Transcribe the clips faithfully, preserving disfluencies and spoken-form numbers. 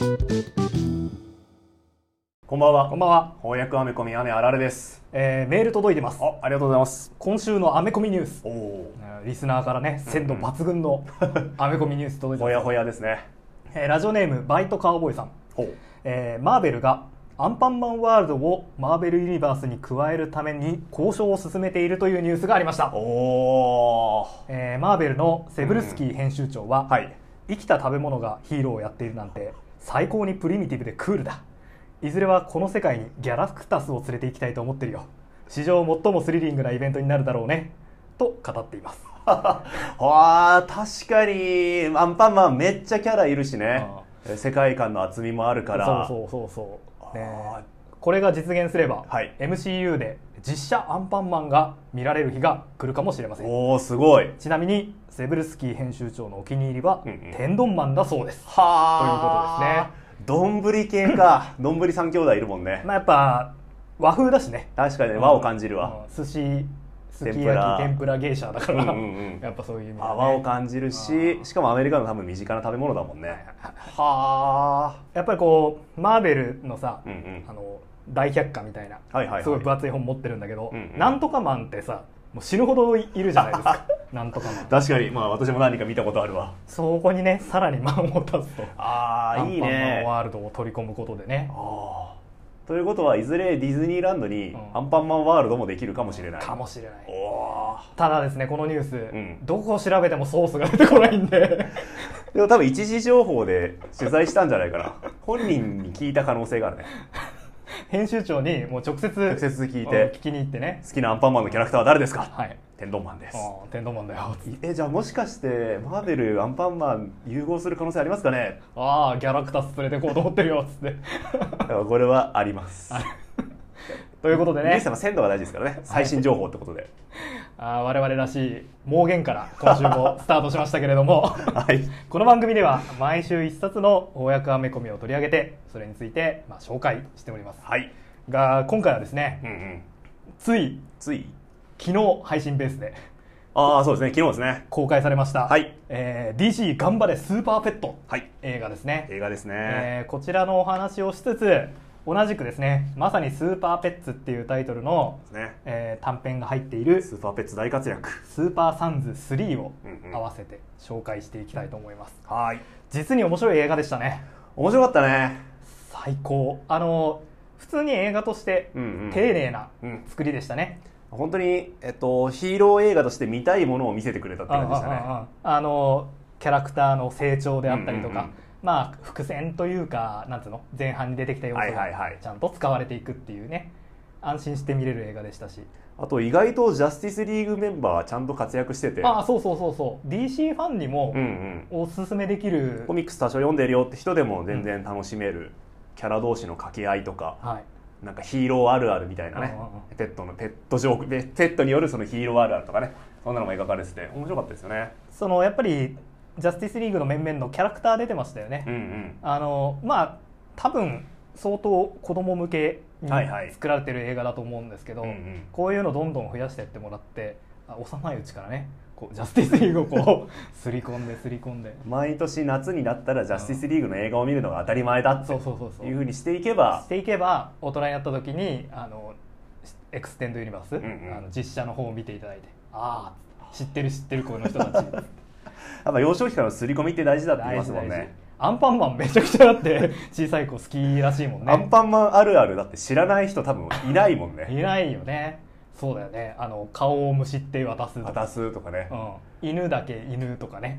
こんばんは。 こんばんは。 翻訳アメコミ姉あられです。 えー、メール届いてます。 あ、ありがとうございます。 今週のアメコミニュース。 おお。 リスナーからね、鮮度抜群のアメコミニュース届いてます。 ほやほやですね。 えー、ラジオネームバイトカウボーイさん。 ほう。えー、マーベルがアンパンマンワールドをマーベルユニバースに加えるために交渉を進めているというニュースがありました。 おお。 えー、マーベルのセブルスキー編集長は、 うん、はい、 生きた食べ物がヒーローをやっているなんて最高にプリミティブでクールだ。いずれはこの世界にギャラクタスを連れて行きたいと思ってるよ。史上最もスリリングなイベントになるだろうねと語っています。 わあ、確かにアンパンマンめっちゃキャラいるしね。世界観の厚みもあるから。 そうそうそうそう、ね、これが実現すれば、はい、エムシーユー で実写アンパンマンが見られる日が来るかもしれません。 おー、すごい。 ちなみにセブルスキー編集長のお気に入りは、うんうん、天丼マンだそうです。 はということですね。 丼系か。丼三兄弟いるもんね。 まあやっぱ和風だしね。 確かに、ね、和を感じるわ。 うん、寿司すき焼き天ぷら芸者だから、うんうんうん、やっぱそういう意味で、ね、 和を感じるし、しかもアメリカの多分身近な食べ物だもんね。はあ。 やっぱりこうマーベルのさ、うんうん、あの大百科みたいな、はいはいはい、すごい分厚い本持ってるんだけど、うんうん、なんとかマンってさもう死ぬほどいるじゃないですか。なんとかマン。 確かに、まあ私も何か見たことあるわ。 そこにねさらにマンを足すと、 ああいいね、 アンパンマンワールドを取り込むことでね。 あということはいずれディズニーランドにアンパンマンワールドもできるかもしれない、 うん、かもしれない。 おただですね、このニュース、うん、どこを調べてもソースが出てこないんででも多分一時情報で取材したんじゃないかな。本人に聞いた可能性があるね。 編集長にもう直接直接聞いて聞きに行ってね、 好きなアンパンマンのキャラクターは誰ですか。 はい、 天丼マンです。 天丼マンだよ。 え、じゃあもしかしてマーベルアンパンマン融合する可能性ありますかね。 ああ、ギャラクタス連れてこうと思ってるよっつってこれはありますということでね、 皆様鮮度が大事ですからね、最新情報ってことで、 はい、あ我々らしい妄言から今週もスタートしましたけれども、はい、この番組では毎週一冊の翻訳アメコミを取り上げてそれについてまあ紹介しております、はい、が今回はですね、うんうん、ついつい昨日配信ベースでああそうですね、昨日ですね、 公開されました、 はい、 えー、ディーシー 頑張れスーパーペット、はい、映画ですね。 映画ですね、 えー、こちらのお話をしつつ同じくですね、まさにスーパーペッツっていうタイトルの、ねえー、短編が入っているスーパーペッツ大活躍スーパーサンズスリーを合わせて紹介していきたいと思います、 うんうん、はい、 実に面白い映画でしたね。 面白かったね。 最高。あの普通に映画として丁寧な作りでしたね、 うんうん、本当に、えっと、ヒーロー映画として見たいものを見せてくれたって感じでしたね。 あああああのキャラクターの成長であったりとか、うんうんうん、まあ伏線というかなんつうの前半に出てきた要素がちゃんと使われていくっていうね、安心して見れる映画でしたし、 あと意外とジャスティスリーグメンバーちゃんと活躍してて、 ああそうそうそうそう、 ディーシー ファンにもおすすめできる、うんうん、 コミックス多少読んでるよって人でも全然楽しめる、うん、キャラ同士の掛け合いとか、はい、なんかヒーローあるあるみたいなね、ペットのペットジョーク、ペットによるそのヒーローあるあるとかね、そんなのも描かれてて面白かったですよね。 そのやっぱりジャスティスリーグの面々のキャラクター出てましたよね、うんうん、あのまあ多分相当子供向けに作られてる映画だと思うんですけど、はいはい、うんうん、こういうのどんどん増やしていってもらって、幼いうちからねこうジャスティスリーグをこうすり込んですり込んで毎年夏になったらジャスティスリーグの映画を見るのが当たり前だっていうふうにしていけばしていけば大人になった時にあのエクステンドユニバース、うんうん、あの実写の方を見ていただいて、ああ知ってる知ってるこの人たちやっぱ幼少期からの刷り込みって大事だって言いますもんね。 アンパンマンめちゃくちゃだって小さい子好きらしいもんね。 アンパンマンあるあるだって知らない人多分いないもんね。 いないよね。そうだよね。あの顔をむしって渡すとか渡すとかね、 うん、犬だけ犬とかね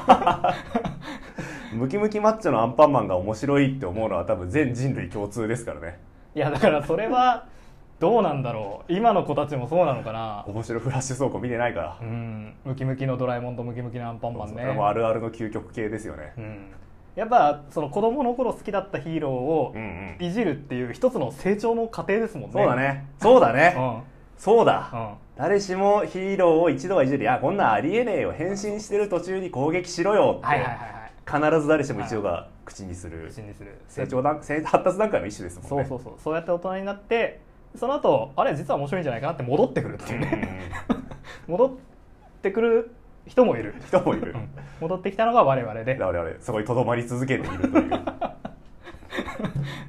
ムキムキマッチョのアンパンマンが面白いって思うのは多分全人類共通ですからね。 いやだからそれはどうなんだろう、今の子たちもそうなのかな。 面白いフラッシュ倉庫見てないから、 うん、ムキムキのドラえもんとムキムキのアンパンマンね。 それもあるあるの究極系ですよね、うん、 やっぱその子供の頃好きだったヒーローをいじるっていう一つの成長の過程ですもんね。 そうだねそうだね、うん、そうだ、うん、誰しもヒーローを一度はいじる、いやこんなんありえねえよ、変身してる途中に攻撃しろよって、はいはいはいはい、必ず誰しも一度が口にする、口にする成長段発達段階の一種ですもんね。 そうそうそう、そうやって大人になってその後あれ実は面白いんじゃないかなって戻ってくるっていうね、うん、戻ってくる人もいる人もいる、 うん、戻ってきたのが我々で我々そこにとどまり続けているという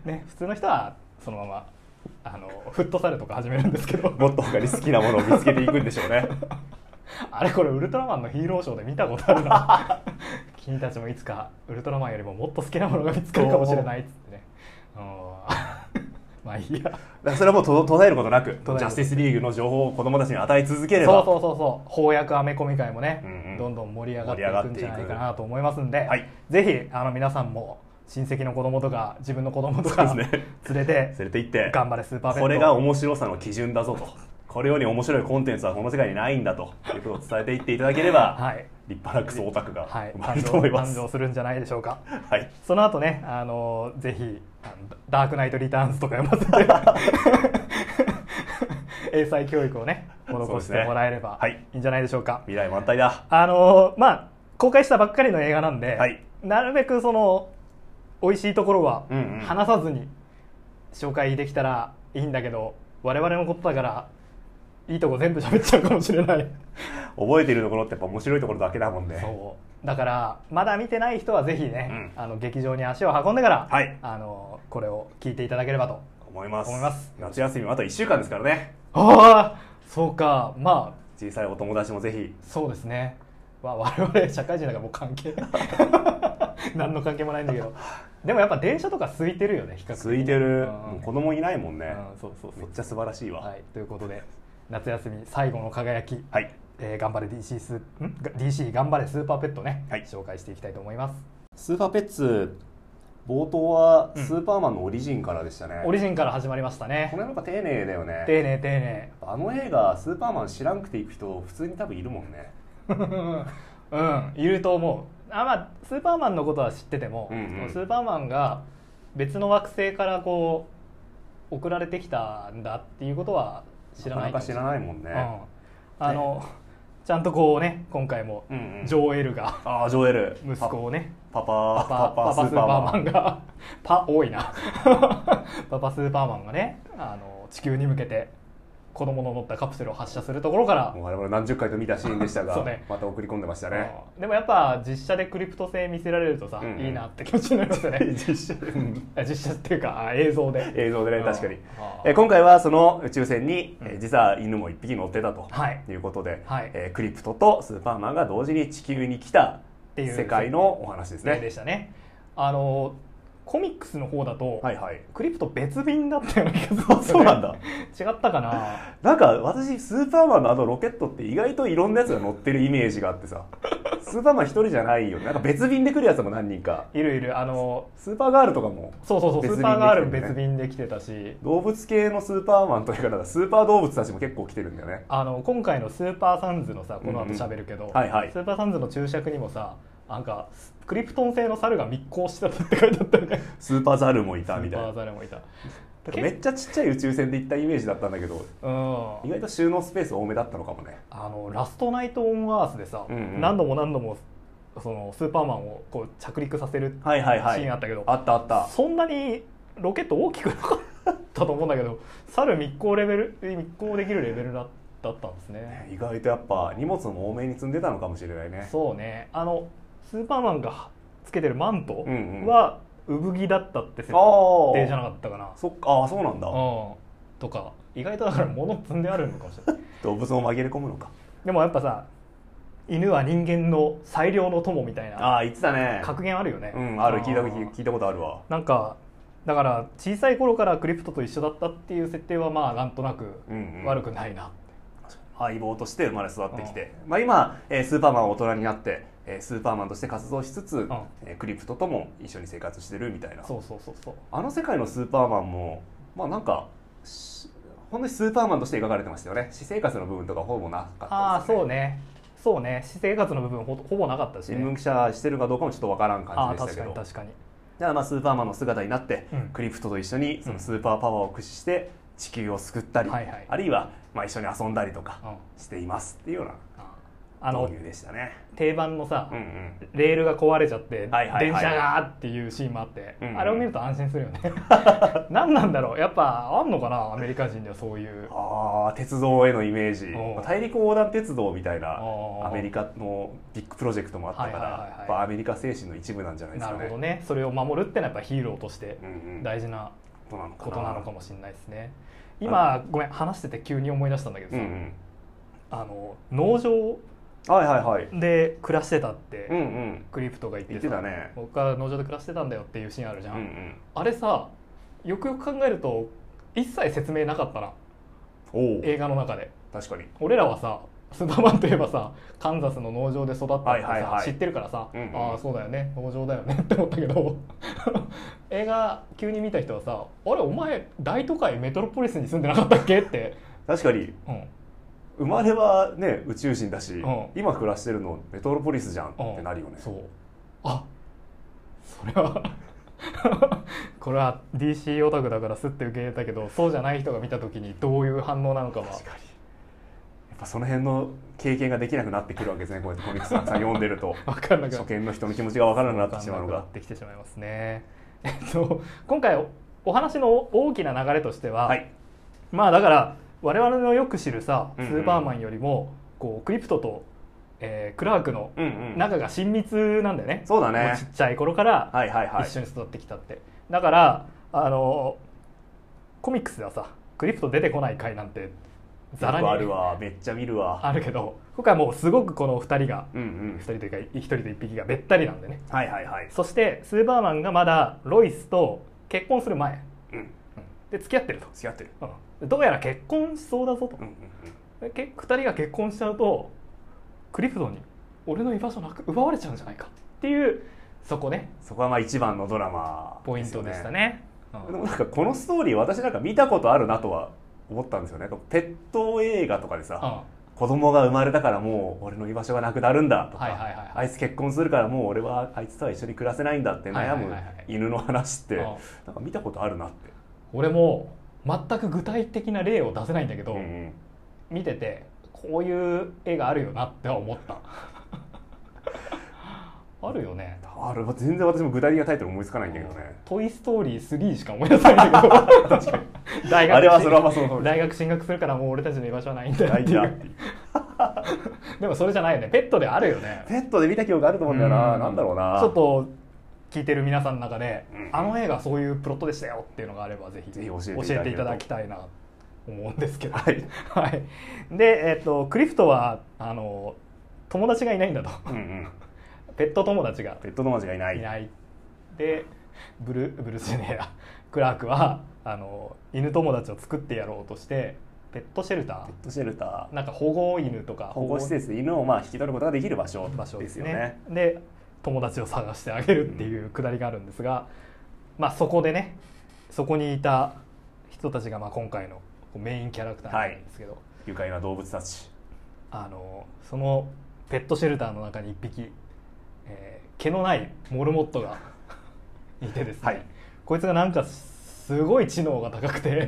ね、普通の人はそのままあのフットサルとか始めるんですけどもっと他に好きなものを見つけていくんでしょうねあれこれウルトラマンのヒーローショーで見たことあるな君たちもいつかウルトラマンよりももっと好きなものが見つかるかもしれないっつってねまあいいや、だからそれはもう途絶えることなくジャスティスリーグの情報を子どもたちに与え続ければ、 そうそうそうそう翻訳アメコミ界もね、うんうん、どんどん盛り上がっていくんじゃないかなと思いますんで、はい、ぜひあの皆さんも親戚の子供とか自分の子供とか、ね、連れて連れて行って頑張れスーパーペット、 これが面白さの基準だぞとこれより面白いコンテンツはこの世界にないんだということを伝えていっていただければ、はい、立派なクソオタクが生まれると思います、 はい、誕生するんじゃないでしょうか、 はい、 その後ねあのぜひダークナイトリターンズとか読ませて英才教育をね施してもらえればいいんじゃないでしょうか、 未来満載だ。 あのまあ公開したばっかりの映画なんで、 はい、 なるべくその美味しいところは話さずに紹介できたらいいんだけど、我々のことだからいいとこ全部喋っちゃうかもしれない覚えているところってやっぱ面白いところだけだもんね。 そうだからまだ見てない人はぜひね、うん、あの劇場に足を運んでから、はい、あのこれを聞いていただければと思います。 思います。 夏休みもあといっしゅうかんですからね。 ああそうか、まあ小さいお友達もぜひ。 そうですね、まあ、我々社会人だからもう関係何の関係もないんだけどでもやっぱ電車とか空いてるよね、比較的空いてる、もう子供いないもんね、 うん、そうそうそうめっちゃ素晴らしいわ、 はい、ということで夏休み最後の輝き、 はいえー、頑張れ ディーシー スん ディーシー 頑張れスーパーペットね、はい、紹介していきたいと思います。 スーパーペッツ冒頭はスーパーマンのオリジンからでしたね、 うん、オリジンから始まりましたね。 これなんか丁寧だよね。 丁寧丁寧。 あの映画スーパーマン知らんくていく人普通に多分いるもんねうんいると思う。あ、まあ、スーパーマンのことは知ってても、うんうん、スーパーマンが別の惑星からこう送られてきたんだっていうことは知らないかもしれない。なかなか知らないもんね、 うん、あの、ね、ちゃんとこうね今回もジョーエルが、 うんうん、あジョーエル息子をねパパパパパパスーパーマンがパ多いなパパスーパーマンがねあの地球に向けて子供の乗ったカプセルを発射するところから、 もう我々何十回と見たシーンでしたが、ね、また送り込んでましたね、 うん、でもやっぱ実写でクリプト星見せられるとさ、うんうん、いいなって気持ちになりますよね実写で、うん、 実写っていうか映像で映像でね、確かに、え今回はその宇宙船に、うん、実は犬も一匹乗ってたということで、はいえー、クリプトとスーパーマンが同時に地球に来た世界のお話ですね。 でしたね。あのコミックスの方だと、 はいはい、 クリプト別便だったような気がするんですよね。そうなんだ。 違ったかな。 なんか私スーパーマンのあのロケットって意外といろんなやつが乗ってるイメージがあってさスーパーマン一人じゃないよね。なんか別便で来るやつも何人かいるいる。あのスーパーガールとかもそうそうそう、スーパーガール別便で来てたし、 動物系のスーパーマンというかなんかスーパー動物たちも結構来てるんだよね。 あの今回のスーパーサンズのさ、この後喋るけど、うんうんはいはい、スーパーサンズの注釈にもさなんかクリプトン製の猿が密航してたって書いてあったよね。 スーパーザルもいたみたいな。 スーパーザルもいた。 めっちゃちっちゃい宇宙船で行ったイメージだったんだけど、うん、意外と収納スペース多めだったのかもね。 あのラストナイト・オン・アースでさ、うんうん、何度も何度もそのスーパーマンをこう着陸させるシーンあったけど、 あったあった。 そんなにロケット大きくなかったと思うんだけど、猿密航レベル密航できるレベルだったんですね。 意外とやっぱ荷物も多めに積んでたのかもしれないね。 そうね。あのスーパーマンがつけてるマントは産着だったって設定じゃなかったかな。 そっか、あ、そうなんだ、うん、 とか意外とだから物積んであるのかもしれない動物も紛れ込むのか。 でもやっぱさ、犬は人間の最良の友みたいな、 あ、言ってたね、 格言あるよね。 うん、ある。聞いた聞いたことあるわ。 なんかだから小さい頃からクリプトと一緒だったっていう設定はまあなんとなく悪くないな、うんうん、 相棒として生まれ育ってきて、うん、まあ、今、えー、スーパーマンは大人になってスーパーマンとして活動しつつ、うん、クリプトとも一緒に生活してるみたいな。 そうそうそうそう。 あの世界のスーパーマンもまあなんか本当にスーパーマンとして描かれてましたよね。私生活の部分とかほぼなかったですね。 ああ、そうね。そうね。私生活の部分 ほ, ほぼなかったし、ね、 新聞記者してるかどうかもちょっとわからん感じでしたけど。 あ、確かに確かに。 じゃあまあスーパーマンの姿になって、うん、クリプトと一緒にそのスーパーパワーを駆使して地球を救ったり、うんはいはい、あるいはまあ一緒に遊んだりとかしていますっていうような。 あの導入でしたね。 定番のさ、 うんうん、 レールが壊れちゃって、 はいはいはい、 電車がっていうシーンもあって、うんうん、あれを見ると安心するよね何なんだろう、やっぱあんのかなアメリカ人ではそういう、 あ鉄道へのイメージ、大陸横断鉄道みたいなアメリカのビッグプロジェクトもあったから、はいはいはいはい、やっぱアメリカ精神の一部なんじゃないですかね。 なるほどね。それを守るってのはやっぱヒーローとして大事なことなのかもしれないですね。今ごめん話してて急に思い出したんだけどさ、うんうん、あの農場で暮らしてたって、うんうん、クリプトが言ってさ、ね、僕は農場で暮らしてたんだよっていうシーンあるじゃん、うんうん、あれさよくよく考えると一切説明なかったな、映画の中で。 確かに俺らはさスーパーマンといえばさカンザスの農場で育ったってさ、はいはいはい、知ってるからさ、うんうん、ああそうだよね農場だよねって思ったけど映画急に見た人はさあれお前大都会メトロポリスに住んでなかったっけって確かに、うん、生まれはね宇宙人だし、うん、今暮らしてるのメトロポリスじゃんってなるよね、うん、 そうあそれはこれは ディーシー オタクだからスッて受け入れたけどそうじゃない人が見た時にどういう反応なのかは確かにやっぱその辺の経験ができなくなってくるわけですね。こうやってコミックスたくさん読んでると分かんなく初見の人の気持ちが分からなくなってしまうのができてしまいますね。えっと今回 お, お話の大きな流れとしては、はい、まあだから我々のよく知るさスーパーマンよりもこうクリプトと、えー、クラークの仲が親密なんだよね、うんうん、 そうだね。 ちっちゃい頃から一緒に育ってきたって、はいはいはい、だからあのコミックスではさクリプト出てこない回なんてザラにあるわ、めっちゃ見るわあるけど、今回はもうすごくこのふたりが、うんうん、ふたりというかひとりといっぴきがべったりなんでね、 はいはいはい、 そしてスーパーマンがまだロイスと結婚する前、うんうん、で付き合ってると付き合ってる、 うん、どうやら結婚しそうだぞと、うんうんうん、でふたりが結婚しちゃうとクリプトに俺の居場所なく奪われちゃうんじゃないかっていうそこね、 そこはまあ一番のドラマ、 ね、ポイントでしたね、 うん、でもなんかこのストーリー私なんか見たことあるなとは思ったんですよね。ペット映画とかでさ、うん、子供が生まれたからもう俺の居場所がなくなるんだとか、はいはいはいはい、あいつ結婚するからもう俺はあいつとは一緒に暮らせないんだって悩む犬の話ってなんか見たことあるなって。 俺も全く具体的な例を出せないんだけど、うんうん、見ててこういう絵があるよなって思ったあるよね。 ある。全然私も具体的なタイトル思いつかないんだけどね。 トイストーリースリーしか思い出せないんだけど確かに大学あれはそれはまあその通り。大学進学するからもう俺たちの居場所はないんだよっていうでもそれじゃないよね。ペットであるよね。 ペットで見た記憶あると思うんだよな。なんだろうな。 ちょっと聞いてる皆さんの中で、うん、あの映画そういうプロットでしたよっていうのがあればぜひぜひ教えていただきたいなと思うんですけど、はい、はい、で、えー、とクリフトはあの友達がいないんだと、うんうん、ペット友達がペット友達がいないいないでブルブルースじゃねえやクラークはあの犬友達を作ってやろうとしてペットシェルターペットシェルターなんか保護犬とか保護施設で犬をまあ引き取ることができる場所ですよね。 で友達を探してあげるっていうくだりがあるんですが、うん、まあそこでねそこにいた人たちがまあ今回のメインキャラクターなんですけど、はい、 愉快な動物たち。 あのそのペットシェルターの中にいっぴき、えー、毛のないモルモットがいてですね、はい、こいつがなんかすごい知能が高くてうんうん、うん、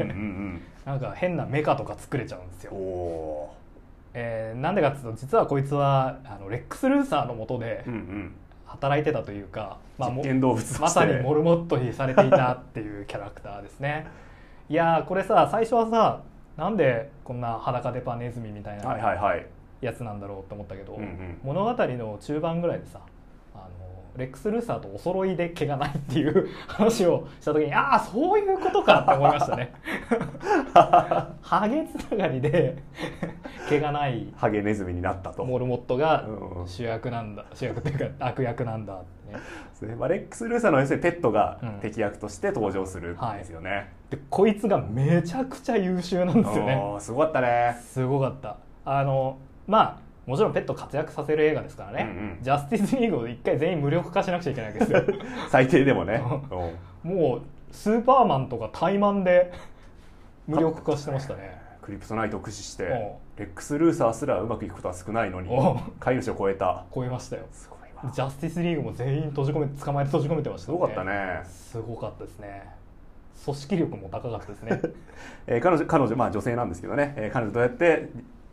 なんか変なメカとか作れちゃうんですよ。お、えー、なんでかっていうと実はこいつはあのレックス・ルーサーの下で、うんうん働いてたというか、 まあ、実験動物としてまさにモルモットにされていたっていうキャラクターですね。いやーこれさ最初はさなんでこんな裸デパネズミみたいなやつなんだろうと思ったけど、はいはいはい、物語の中盤ぐらいでさあのレックス・ルーサーとお揃いで毛がないっていう話をした時にああそういうことかって思いましたねハゲつながりで毛がないハゲネズミになったとモルモットが主役なんだ、うん、主役というか悪役なんだってね。 それまあ、レックス・ルーサーの要するにペットが敵役として登場するんですよね、うんはい、 でこいつがめちゃくちゃ優秀なんですよね。 すごかったね。 すごかった。あのまあもちろんペット活躍させる映画ですからね、うんうん、ジャスティスリーグを一回全員無力化しなくちゃいけないわけですよ最低でもねもうスーパーマンとかタイマンで無力化してましたね。 クリプトナイトを駆使してレックス・ルーサーすらうまくいくことは少ないのに飼い主を超えた超えましたよ。すごいわ。ジャスティスリーグも全員閉じ込め捕まえて閉じ込めてましたね。 すごかったね。 すごかったですね。組織力も高かったですねえー、彼女、彼女まあ女性なんですけどね、えー、彼女どうやって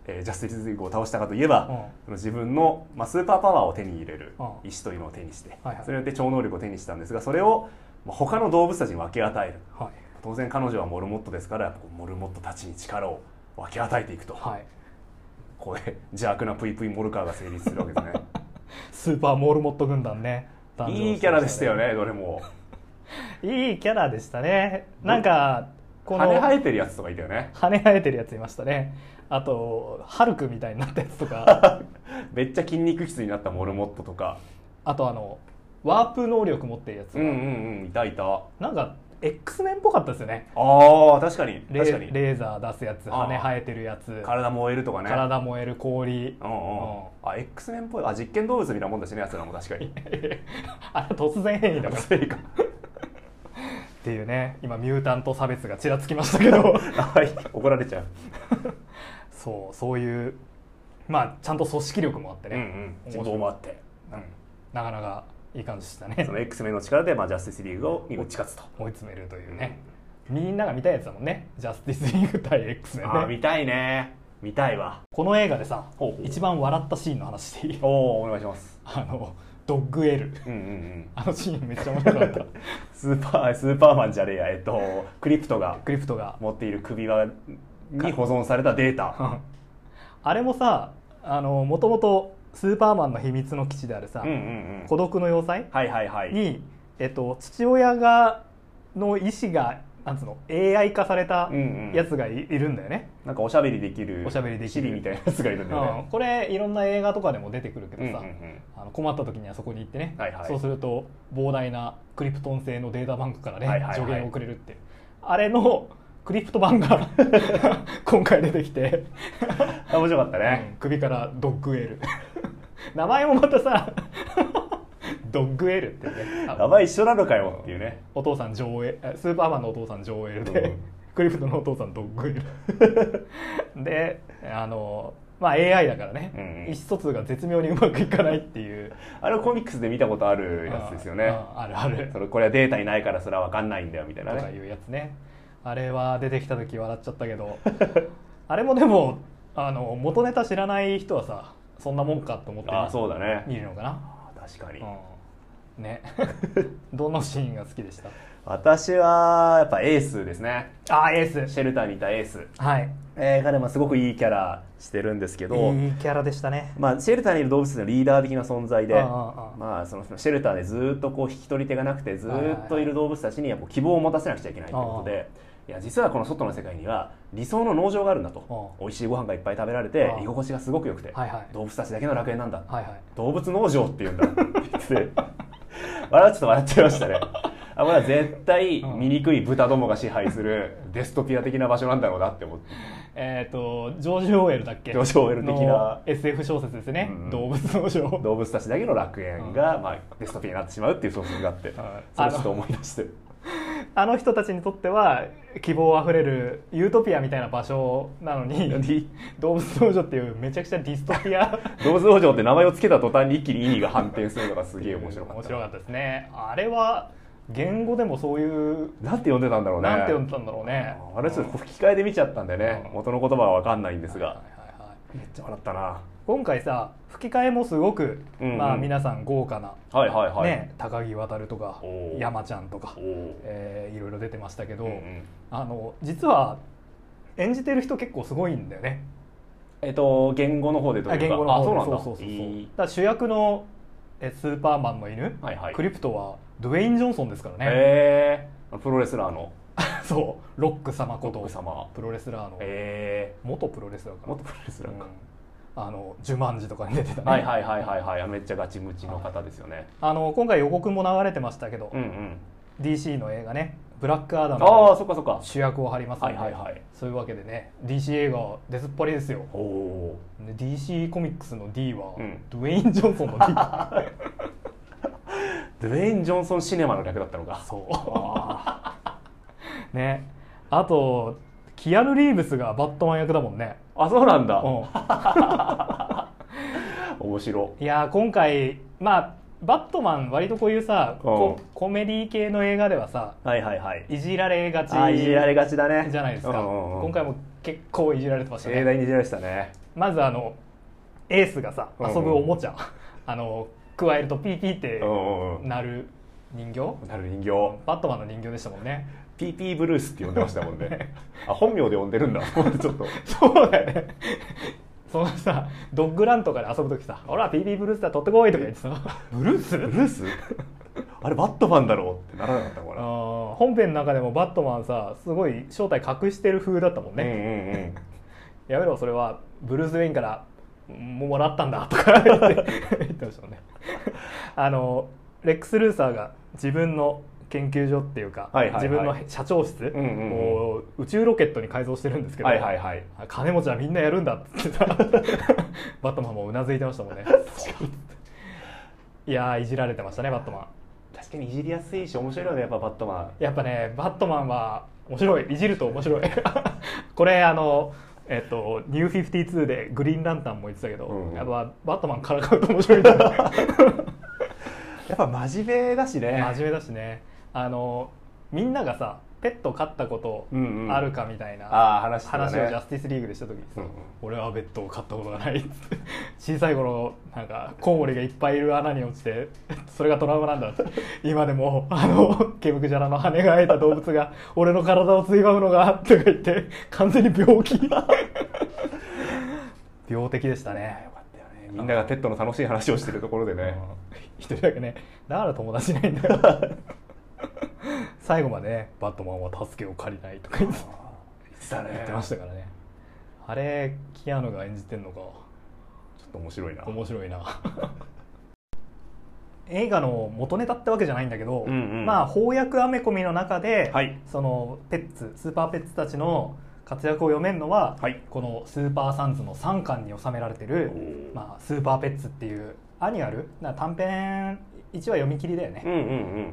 えー、ジャスティスリーグを倒したかといえば、うん、自分の、まあ、スーパーパワーを手に入れる石というのを手にして、うんはいはい、それによって超能力を手にしたんですが、それを、まあ、他の動物たちに分け与える、はい、当然彼女はモルモットですから、モルモットたちに力を分け与えていくと、はい、これ邪悪なプイプイモルカーが成立するわけですねスーパーモルモット軍団ね、 いいキャラでしたよね、どれもいいキャラでしたね。なんかこの羽生えてるやつとかいたよね。 羽生えてるやついましたね。あとハルクみたいになったやつとかめっちゃ筋肉質になったモルモットとか、 あとあのワープ能力持ってるやつが、 うんうんうん、いたいた。 なんか X メンっぽかったですよね。 ああ確かに確かに。 レーザー出すやつ、羽生えてるやつ、 体燃えるとかね。 体燃える氷、 うんうん、あ X メンっぽい。あ実験動物みたいなもんだしね、やつらも確かにあれ突然変異だからせいかっていうね、今ミュータント差別がちらつきましたけどはい怒られちゃうそうそういうまあちゃんと組織力もあってね、 うんうん、行動もあって、 うん、なかなかいい感じでしたね。 その X メンの力で、まあ、ジャスティスリーグを打ち勝つと追い詰めるというね、うん、みんなが見たいやつだもんね、ジャスティスリーグ対 X メンね。 あ見たいね、見たいわ。 この映画でさほうほう一番笑ったシーンの話していい？ おおお願いします。 あのドッグエル、うんうんうん、あのシーンめっちゃ面白かったスーパースーパーマンじゃねえや、えっとクリプトがクリプトが持っている首輪に保存されたデータあれもさ、あのもともとスーパーマンの秘密の基地であるさ、うんうんうん、孤独の要塞に、はいはいはい、えっと、父親がの意思がなんつうの エーアイ 化されたやつが い,、うんうん、いるんだよね。 なんかおしゃべりできるおしゃべりできるシリみたいなやつがいるんだよね、 うん、これいろんな映画とかでも出てくるけどさ、うんうんうん、あの困った時にはそこに行ってね、はいはい、そうすると膨大なクリプトン製のデータバンクからね、はいはいはい、助言をくれるって、あれのクリプト版が今回出てきて面白かったね、 うん、首からドッグエル名前もまたさドッグエルってね、 名前一緒なのかよっていうね。 お父さんジョーエル、スーパーマンのお父さんジョーエルで、うん、クリプトのお父さんドッグエルで、あのまあ エーアイ だからね、うんうん、意思疎通が絶妙にうまくいかないっていう。 あれコミックスで見たことあるやつですよね。 あ, あ, あるある。 それこれはデータにないからそれは分かんないんだよみたいなね。 とかいうやつね。あれは出てきた時笑っちゃったけどあれもでもあの元ネタ知らない人はさ、そんなもんかと思ってあそうだ、ね、 見るのかな。 確かに、うんねどのシーンが好きでした？ 私はやっぱエースですね。 あーエース、 シェルターにいたエース、 はい、 えー、彼もすごくいいキャラしてるんですけど、 いいキャラでしたね。 まあ、シェルターにいる動物のリーダー的な存在で、あああまあ、そのシェルターでずっとこう引き取り手がなくてずっといる動物たちにやっぱ希望を持たせなくちゃいけないということで、いや実はこの外の世界には理想の農場があるんだと、美味しいご飯がいっぱい食べられて居心地がすごく良くて、はいはい、動物たちだけの楽園なんだ、はいはい、動物農場っていうんだって言って笑っちょっと笑っちゃいましたね。あ、これは絶対醜い豚どもが支配するデストピア的な場所なんだろうなって思って。 えっとジョージ・オーエルだっけ？ ジョージ・オーエル的なエスエフ 小説ですね、うんうん、動物農場、 動物たちだけの楽園が、まあ、デストピアになってしまうっていう小説があって、うん、それちょっと思い出してる。 あの人たちにとっては希望あふれるユートピアみたいな場所なのに動物農場っていうめちゃくちゃディストピア動物農場って名前を付けた途端に一気に意味が反転するのがすげえ面白かった。 面白かったですね。あれは言語でもそういうなんて呼んでたんだろうね。 なんて呼んでたんだろうね。 あれちょっと吹き替えで見ちゃったんでね、元の言葉は分かんないんですが、はいはいはい、めっちゃ笑ったな。 今回さ吹き替えもすごく、うんうん、まあ、皆さん豪華な、 はいはいはいね、高木渉とか山ちゃんとか、えー、いろいろ出てましたけど、うんうん、あの実は演じてる人結構すごいんだよね。 えっと言語の方でというか、 言語の方で、 あ、そうなんだ。 そうそうそうそう、だから主役のえスーパーマンの犬、はいはい、クリプトはドウェイン・ジョンソンですからね。 へー、プロレスラーのそうロック様ことロック様、 プロレスラーの、 へー、 元プロレスラーかな、 元プロレスラーか、 うん、あのジュマンジとかに出てたね。 はいはいはいはいはい、めっちゃガチムチの方ですよね。 あの今回予告も流れてましたけど、うんうん、ディーシー の映画ね、ブラックアダムが主役を張りますので、はいはいはい、そういうわけでね ディーシー 映画出ずっぱりですよ。おで ディーシー コミックスの D は、うん、ドウェイン・ジョンソンの D ドウェイン・ジョンソンシネマの略だったのか。 そうね。あとキアヌ・リーブスがバットマン役だもんね。 あ、そうなんだ、うん、面白い。いや今回まあバットマン割とこういうさ、うん、コ, コメディ系の映画ではさ、 はいはいはい、 いじられがち、 あ、いじられがちだねじゃないですか、うんうんうん、今回も結構いじられてましたね。 盛大にいじられてたね。 まずあのエースがさ遊ぶおもちゃ、うんうん、あの加えるとピーピーってなる人形、 なる人形、 バットマンの人形でしたもんね。 ピーピーブルースって呼んでましたもんねあ、本名で呼んでるんだちょっとそうだよねそのさドッグランとかで遊ぶ時さ「ほら ピーピー ブルースだ取ってこい」とか言ってさブルースブルースあれバットマンだろうってならなかったのかな。 本編の中でもバットマンさすごい正体隠してる風だったもんね、うんうんうん、やめろそれはブルース・ウェインからもらったんだとか言って言ってましたもんねあのレックス・ルーサーが自分の研究所っていうか、はいはいはい、自分の社長室を、うんうんうん、宇宙ロケットに改造してるんですけど、はいはいはい、金持ちはみんなやるんだって言ってたバットマンもうなずいてましたもんねいやーいじられてましたねバットマン。 確かにいじりやすいし面白いよねやっぱバットマン。 やっぱねバットマンは面白い、いじると面白いこれあのえっとニューフィフティーツーでグリーンランタンも言ってたけど、うん、やっぱバットマンからかうと面白いんだやっぱ真面目だしね。 真面目だしね。あのみんながさペット飼ったことあるかみたいな話をジャスティスリーグでした時にさ、うんうん、俺はペットを飼ったことがないって小さい頃なんかコウモリがいっぱいいる穴に落ちてそれがトラウマなんだって今でもあのケムクジャラの羽が生えた動物が俺の体をついばむのがとか言って完全に病気病的でしたね。 よかったよね。みんながペットの楽しい話をしてるところでね一人だけねだから友達いないんだよ最後まで、ね、バットマンは助けを借りないとか言ってたね言ってましたからね。あれキアヌが演じてんのかちょっと面白いな面白いな映画の元ネタってわけじゃないんだけど、うんうん、まあ翻訳アメコミの中で、はい、そのペッツスーパーペッツたちの活躍を読めるのは、はい、このスーパーサンズのさんかんに収められてる、まあ、スーパーペッツっていうアニュアルな短編いちわ読み切りだよね、うんうんうん、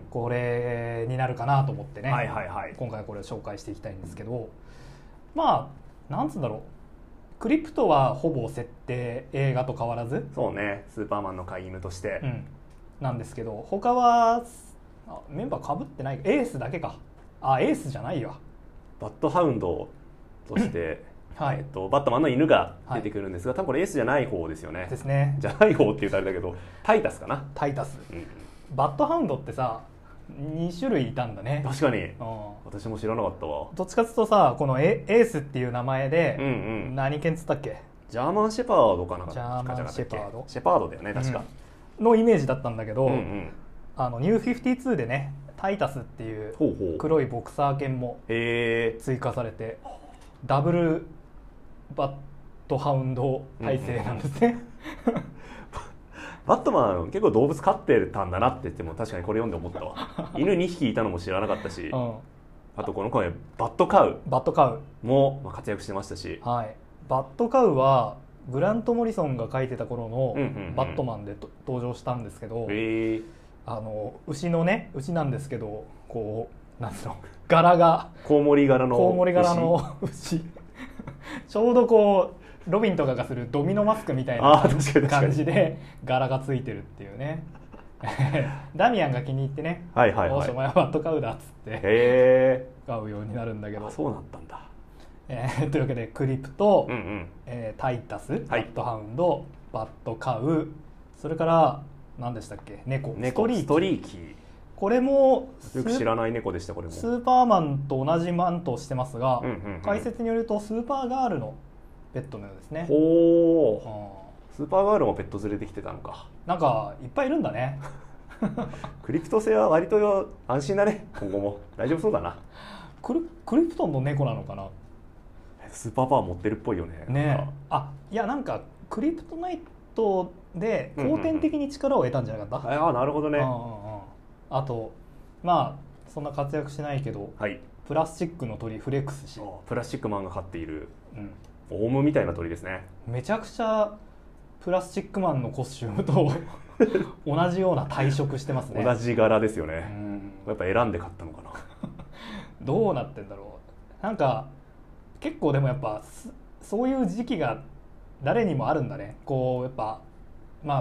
これになるかなと思ってね、はいはいはい、今回これを紹介していきたいんですけど、まあなんつうんだろう、クリプトはほぼ設定映画と変わらず、 そうねスーパーマンの飼い犬として、うん、 なんですけど他はメンバーかぶってない、エースだけか、あエースじゃないわ、 バッドハウンドとしてはいえっと、バットマンの犬が出てくるんですが、はい、多分これエースじゃない方ですよね。 ですね。 じゃない方って言うとあれだけどタイタスかな。 タイタス、うん、バッドハウンドってさに種類いたんだね。 確かに、うん、私も知らなかったわ。 どっちかっていうとさこのエースっていう名前で、うんうん、何犬っつったっけ、 ジャーマンシェパードかな。 ジャーマンシェパードシェパードだよね確か、 うん、のイメージだったんだけど、うんうん、あのニューフィフティーツーでねタイタスっていう黒いボクサー犬も追加されてダブルバッドハウンド体制なんですね、うんうん、 バットマン結構動物飼ってたんだなって言っても確かにこれ読んで思ったわ犬にひきいたのも知らなかったし、うん、あとこの声バッドカウバッドカウも活躍してましたし、 はい、バッドカウはグラント・モリソンが書いてた頃のバットマンで登場したんですけど、うんうんうん、あの牛のね牛なんですけどこうなんつうの柄がコウモリ柄のコウモリ柄の牛ちょうどこうロビンとかがするドミノマスクみたいな感じで柄がついてるっていうねダミアンが気に入ってね、はいはいはい、おしお前はバッドカウだっつって買うようになるんだけど、 そうなったんだ、 えー、というわけでクリプト、うんうんえー、タイタス、バッドハウンド、はい、バッドカウ、それから何でしたっけ、猫、 猫ストリーキー、 これもよく知らない猫でした。これもスーパーマンと同じマントをしてますが、うんうんうん、解説によるとスーパーガールのペットのようですね。 ほー、うん、スーパーガールもペット連れてきてたのか。 なんかいっぱいいるんだねクリプト製は割と安心だね。今後も大丈夫そうだな。 クリ、クリプトンの猫なのかな。 スーパーパワー持ってるっぽいよね。 ね、あ、いやなんかクリプトナイトで後天的に力を得たんじゃなかった、うんうんうん、 ああなるほどね、 うんうんうん、あとまあそんな活躍しないけど、はい、プラスチックの鳥フレックス氏、 プラスチックマンが飼っている、うん、オウムみたいな鳥ですね。 めちゃくちゃプラスチックマンのコスチュームと同じような体色してますね。 同じ柄ですよね、うん、やっぱ選んで買ったのかなどうなってんだろう。なんか結構でもやっぱそういう時期が誰にもあるんだね。こうやっぱまあ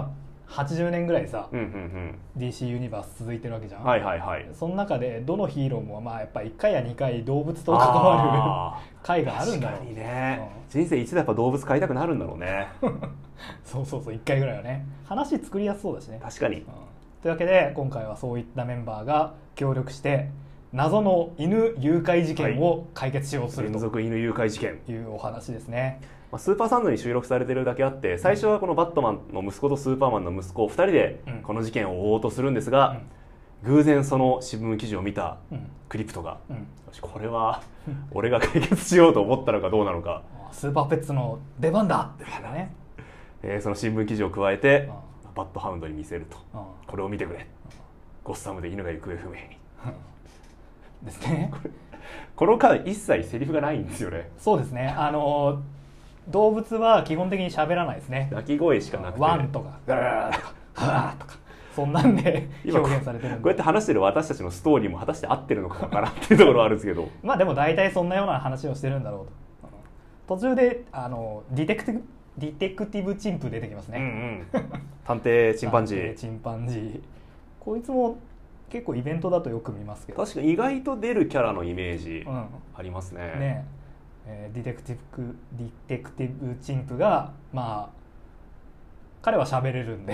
はちじゅうねんぐらいさ、うんうんうん、ディーシー ユニバース続いてるわけじゃん。 はいはいはい。 その中でどのヒーローもまあやっぱいっかいやにかい動物と関わる回があるんだろう。 確かにね、うん、人生一度やっぱ動物飼いたくなるんだろうねそうそうそう、いっかいぐらいはね。話作りやすそうだしね。 確かに、うん、 というわけで今回はそういったメンバーが協力して謎の犬誘拐事件を解決しようとすると、 連続犬誘拐事件いうお話ですね。 スーパーサンズに収録されてるだけあって最初はこのバットマンの息子とスーパーマンの息子ふたりでこの事件を追おうとするんですが、うん、偶然その新聞記事を見たクリプトが、うんうん、これは俺が解決しようと思ったのかどうなのか、 スーパーペッツの出番だってね、 えー、その新聞記事を加えてバットハウンドに見せると、これを見てくれ、ゴッサムで犬が行方不明にですね。 これこの間一切セリフがないんですよね。 そうですね、あの動物は基本的に喋らないですね。 鳴き声しかなくて、 ワンとかガーとかハーとかそんなんで表現されてるんで、 こうやって話してる私たちのストーリーも果たして合ってるのかわからんっていうところはあるんですけどまあでも大体そんなような話をしてるんだろうと。途中であのディテクティブディテクティブチンプ出てきますね、 うんうん、探偵チンパンジーチンパンジー、こいつも結構イベントだとよく見ますけど、 確かに意外と出るキャラのイメージありますね、うん、 ねえー、ディテクティブディテクティブチンプがまあ彼は喋れるんで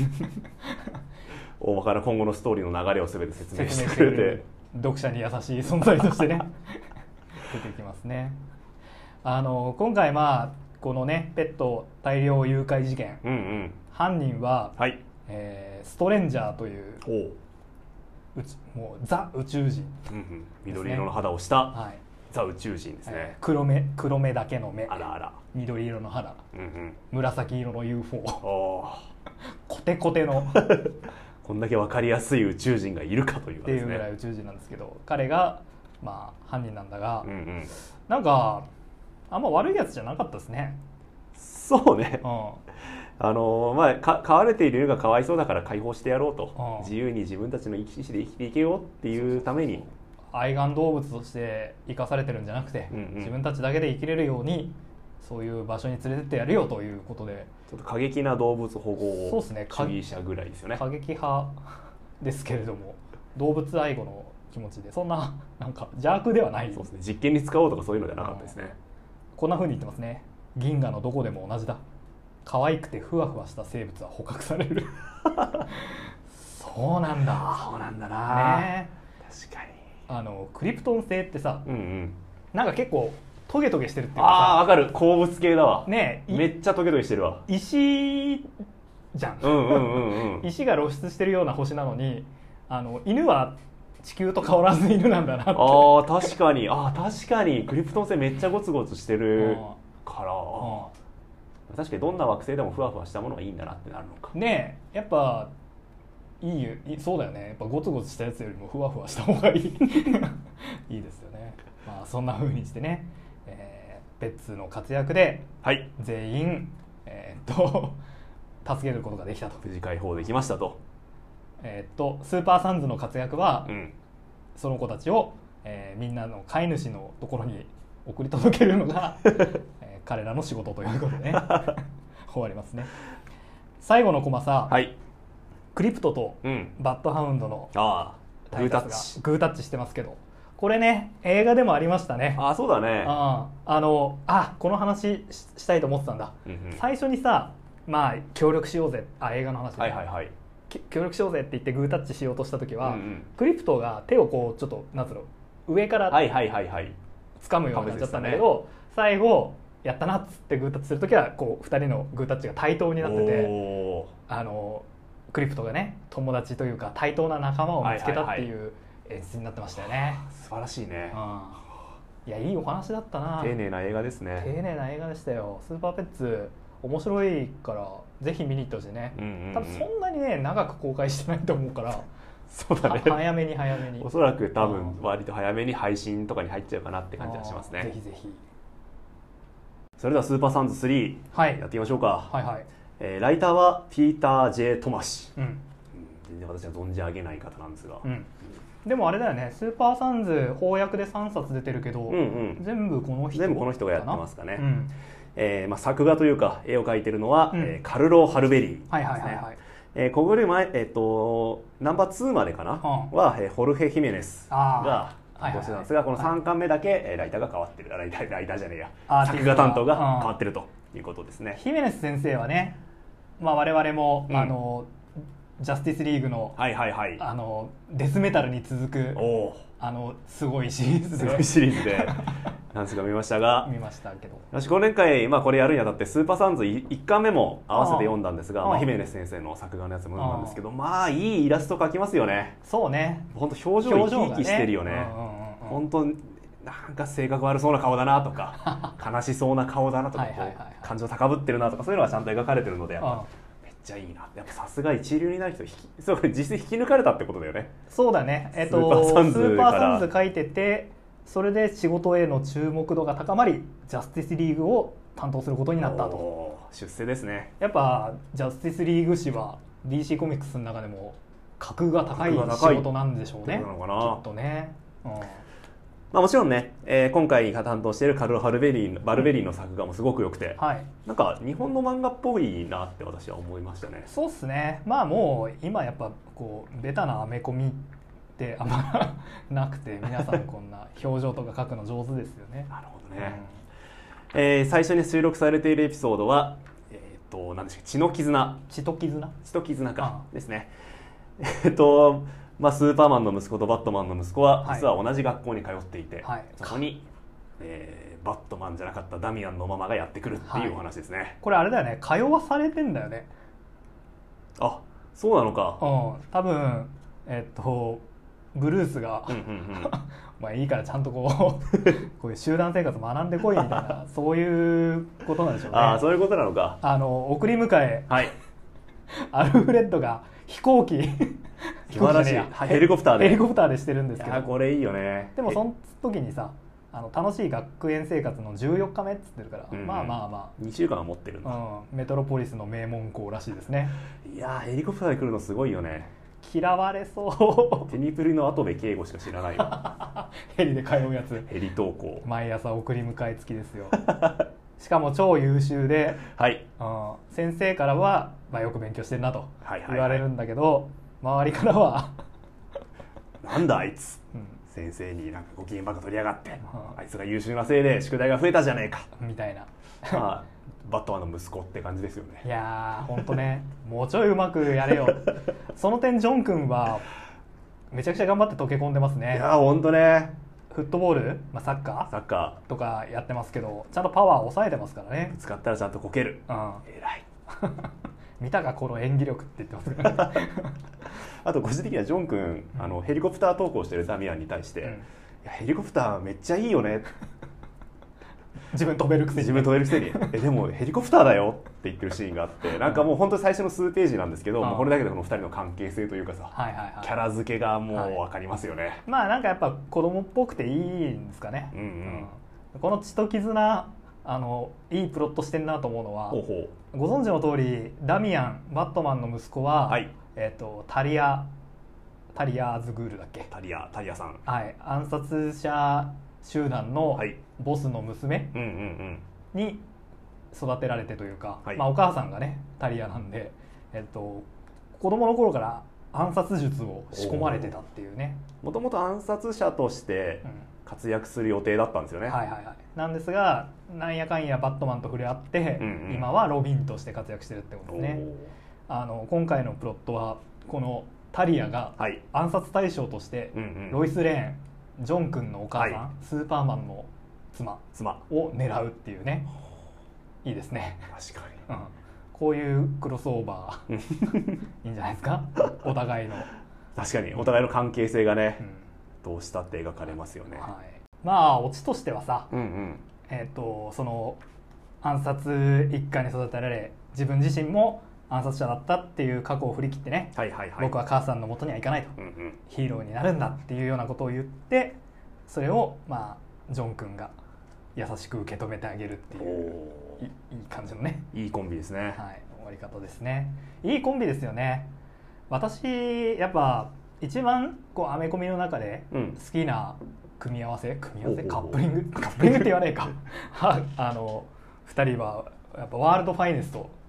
大まかな今後のストーリーの流れを全て説明してくれて、 読者に優しい存在としてね出てきますね。あの今回まあこのねペット大量誘拐事件、うんうん、犯人は、はい、えー、ストレンジャーといううちもうザ宇宙人、うんうん、 緑色の肌をした、はい、ザ宇宙人ですね、えー、 黒目黒目だけの目、 あらあら、 緑色の肌、うんうん、紫色の ユーフォー、おコテコテのこんだけ分かりやすい宇宙人がいるかという、ね、 っていうぐらい宇宙人なんですけど、彼がまあ犯人なんだが、うんうん、なんかあんま悪いやつじゃなかったですね。 そうね、うん、あのまあか飼われている犬がかわいそうだから解放してやろうと、うん、自由に自分たちの生き死で生きていけようっていうために、 愛玩動物として生かされてるんじゃなくて、うんうん、自分たちだけで生きれるようにそういう場所に連れてってやるよということで、 ちょっと過激な動物保護主義者ぐらいですよね。 過激派ですけれども動物愛護の気持ちでそんななんか邪悪ではない。 そうですね、実験に使おうとかそういうのじゃなかったですね、うん、 こんな風に言ってますね。銀河のどこでも同じだ、可愛くてふわふわした生物は捕獲されるそうなんだ、 そうなんだな、 ね、 確かにあのクリプトン星ってさ、うんうん、なんか結構トゲトゲしてるっていうかさ、 ああ分かる、鉱物系だわね、 めっちゃトゲトゲしてるわ。 石じゃん、うんうんうんうん、石が露出してるような星なのに、あの犬は地球と変わらず犬なんだなって。ああ確かに、あ確かにクリプトン星めっちゃゴツゴツしてるから、確かにどんな惑星でもふわふわしたものがいいんだなってなるのかねえ。やっぱいいよ、そうだよね、やっぱゴツゴツしたやつよりもふわふわした方がいいいいですよね。まあそんな風にしてね、えー、ペッツの活躍で全員、はい、えー、っと助けることができたと、 無事解放できましたと。 えー、っとスーパーサンズの活躍は、うん、その子たちを、えー、みんなの飼い主のところに送り届けるのが、えー、彼らの仕事ということでね終わりますね。最後のコマさ、はい、クリプトとバッドハウンドのタイタスがグータッチしてますけど、これね映画でもありましたね。 あそうだね、 ああのあこの話 し, したいと思ってたんだ、うんうん、最初にさ、まあ協力しようぜ、あ映画の話で、はいはいはい、協力しようぜって言ってグータッチしようとした時は、うんうん、クリプトが手をこうちょっとなんつうの上から掴むようになっちゃったんだけど、はいはいはいはい、最後やったなっつってグータッチする時はこうふたりのグータッチが対等になってて、あのクリプトがね友達というか対等な仲間を見つけたっていう演出になってましたよね、はいはいはい、 素晴らしいね、 うん、いやいいお話だったな。 丁寧な映画ですね。 丁寧な映画でしたよ。スーパーペッツ面白いからぜひ見に行ってほしいね、うんうんうん、多分そんなにね長く公開してないと思うからそうだね、 早めに早めに、 おそらく多分割と早めに配信とかに入っちゃうかなって感じがしますね。 ぜひぜひ。 それではスーパーサンズスリー、はい、やってみましょうか。はいはい、えー、ライターはピーター・ジェイ・トマシ、うん、全然私は存じ上げない方なんですが、うん、 でもあれだよね、スーパーサンズ翻訳でさんさつ出てるけど、うんうん、全部この人全部この人がやってますかね、うん、えーまあ、作画というか絵を描いてるのは、うん、えー、カルロ・ハルベリーですね。 えー、ここより前、えー、とナンバーツーまでかな、うん、は、えー、ホルヘ・ヒメネスが担当してたんですが、このさんかんめだけ、はい、ライターが変わってる、ライター、ライターじゃねえや、作画担当が変わってるということですね。 ヒメネス先生はね、まあ、我々も、うん、あのジャスティスリーグの、 はいはいはい、 あのデスメタルに続くあのすごいシリーズですごいシリーズで何つか見ましたが見ましたけど、 私今年会、まあ、これやるにあたってスーパーサンズいっかんめも合わせて読んだんですが、まあ、ヒメネス先生の作画のやつも読んだんですけど、まあいいイラスト描きますよね。 そうね、 本当表情生き生きしてるよね。本当なんか性格悪そうな顔だなとか悲しそうな顔だなとか感情高ぶってるなとか、そういうのがちゃんと描かれてるので、やっぱめっちゃいいな。やっぱさすが一流になる人、そう実際引き抜かれたってことだよね。 そうだね、えっと、スーパーサンズスーパーサンズ書いてて、それで仕事への注目度が高まり、ジャスティスリーグを担当することになったと。 出世ですね。 やっぱジャスティスリーグ誌は ディーシー コミックスの中でも格が高い仕事なんでしょうね、きっとね。うん、 まあ、もちろんね、えー、今回担当しているカルロ・ハルベリーバルベリーの作画もすごく良くて、はい、なんか日本の漫画っぽいなって私は思いましたね。 そうっすね。まあもう今やっぱこうベタなアメコミってあんまなくて、皆さんこんな表情とか描くの上手ですよね。 なるほどね。うん、えー、最初に収録されているエピソードは、えー、と何でしたっけ、血の絆血と絆血と絆かですね。えっとまあ、スーパーマンの息子とバットマンの息子は実は同じ学校に通っていて、はい、そこに、えー、バットマンじゃなかったダミアンのママがやってくるっていうお話ですね。はい、 これあれだよね、通わされてんだよね。 あ、そうなのか。 うん、多分えっとブルースがまあいいからちゃんとこうこういう集団生活学んでこいみたいなそういうことなんでしょうね。 ああ、そういうことなのか。 あの送り迎え、 はい、 アルフレッドが飛行機素晴らしいヘリコプターでヘリコプターでしてるんですけど、 いやこれいいよね。 でもその時にさ、あの楽しい学園生活のじゅうよっかめっつってるから、うん、まあまあまあにしゅうかんは持ってるんだ、うん、 メトロポリスの名門校らしいですね。 いやヘリコプターで来るのすごいよね。 嫌われそう。 テニプリの跡部圭吾しか知らないわヘリで通うやつ、 ヘリ登校毎朝送り迎え付きですよしかも超優秀で、はい、うん、先生からは、まあ、よく勉強してるなと言われるんだけど、はいはいはい、周りからはなんだあいつ、うん、先生になんかご機嫌ばっか取りやがって、うん、あいつが優秀なせいで宿題が増えたじゃねえかみたいなまあバットマンの息子って感じですよね。 いやーほんとね、もうちょいうまくやれよその点ジョン君はめちゃくちゃ頑張って溶け込んでますね。 いやーほんとね、 フットボール、まあ、サッカーサッカーとかやってますけど、ちゃんとパワー抑えてますからね。 ぶつかったらちゃんとこける、うん、偉い見たかこの演技力って言ってますからねあと個人的にはジョン君、うん、あのヘリコプター投稿してるダミアンに対して、うん、いやヘリコプターめっちゃいいよね自分飛べるくせに、 自分飛べるくせにえでもヘリコプターだよって言ってるシーンがあって、なんかもう本当に最初の数ページなんですけど、うん、もうこれだけでこのふたりの関係性というかさ、はいはいはい、キャラ付けがもう分かりますよね。はい、 まあなんかやっぱ子供っぽくていいんですかね。うんうんうん、この血と絆、あのいいプロットしてんなと思うのは、ほうほう、ご存知の通りダミアン、バットマンの息子は、はい、えーと、タリアタリアーズグールだっけ、 タリアタリアさん、 はい、暗殺者集団のボスの娘に育てられてというか、はい、まあ、お母さんがねタリアなんで、えっと、子供の頃から暗殺術を仕込まれてたっていうね。 もともと暗殺者として活躍する予定だったんですよね。うん、はいはいはい。 なんですが、なんやかんやバットマンと触れ合って、うんうん、今はロビンとして活躍してるってことですね。あの今回のプロットはこのタリアが暗殺対象としてロイス・レーン、ジョン君のお母さん、はい、スーパーマンの妻を狙うっていうね。いいですね。 確かに、 うん、こういうクロスオーバーいいんじゃないですかお互いの。 確かにお互いの関係性がね、うん、どうしたって描かれますよね。はい、 まあオチとしてはさ、うんうん、えーと、その暗殺一家に育てられ、自分自身も暗殺者だったっていう過去を振り切ってね、はいはいはい、僕は母さんの元には行かないと、うんうん、ヒーローになるんだっていうようなことを言って、それをまあジョン君が優しく受け止めてあげるっていうい, いい感じのね、 いいコンビですね。はい、 終わり方ですね。いいコンビですよね。私やっぱ一番こうアメコミの中で好きな組み合わせ、組み合わせカップリングカップリングって言わないかあのふたりはやっぱワールドファイネスト